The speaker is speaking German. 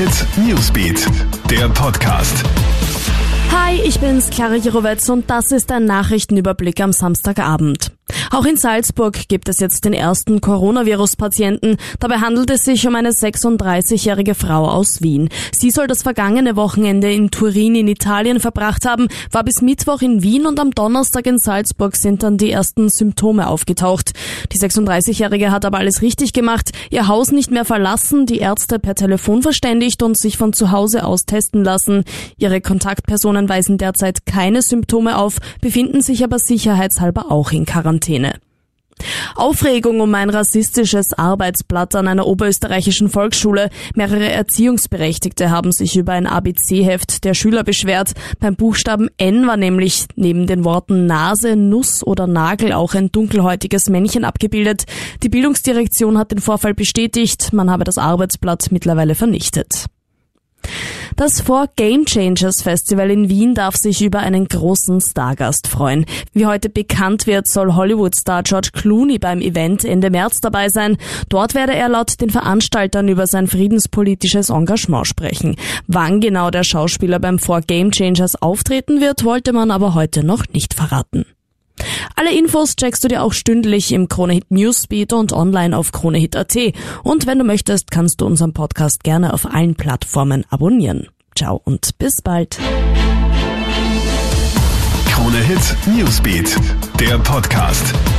Hit Newsbeat, der Podcast. Hi, ich bin's, Clara Jirovetz, und das ist ein Nachrichtenüberblick am Samstagabend. Auch in Salzburg gibt es jetzt den ersten Coronavirus-Patienten. Dabei handelt es sich um eine 36-jährige Frau aus Wien. Sie soll das vergangene Wochenende in Turin in Italien verbracht haben, war bis Mittwoch in Wien und am Donnerstag in Salzburg sind dann die ersten Symptome aufgetaucht. Die 36-jährige hat aber alles richtig gemacht, ihr Haus nicht mehr verlassen, die Ärzte per Telefon verständigt und sich von zu Hause aus testen lassen. Ihre Kontaktpersonen weisen derzeit keine Symptome auf, befinden sich aber sicherheitshalber auch in Quarantäne. Aufregung um ein rassistisches Arbeitsblatt an einer oberösterreichischen Volksschule. Mehrere Erziehungsberechtigte haben sich über ein ABC-Heft der Schüler beschwert. Beim Buchstaben N war nämlich neben den Worten Nase, Nuss oder Nagel auch ein dunkelhäutiges Männchen abgebildet. Die Bildungsdirektion hat den Vorfall bestätigt. Man habe das Arbeitsblatt mittlerweile vernichtet. Das 4 Game Changers Festival in Wien darf sich über einen großen Stargast freuen. Wie heute bekannt wird, soll Hollywood-Star George Clooney beim Event Ende März dabei sein. Dort werde er laut den Veranstaltern über sein friedenspolitisches Engagement sprechen. Wann genau der Schauspieler beim 4 Game Changers auftreten wird, wollte man aber heute noch nicht verraten. Alle Infos checkst du dir auch stündlich im Krone-Hit Newsbeat und online auf kronehit.at. Und wenn du möchtest, kannst du unseren Podcast gerne auf allen Plattformen abonnieren. Ciao und bis bald. Krone-Hit Newsbeat, der Podcast.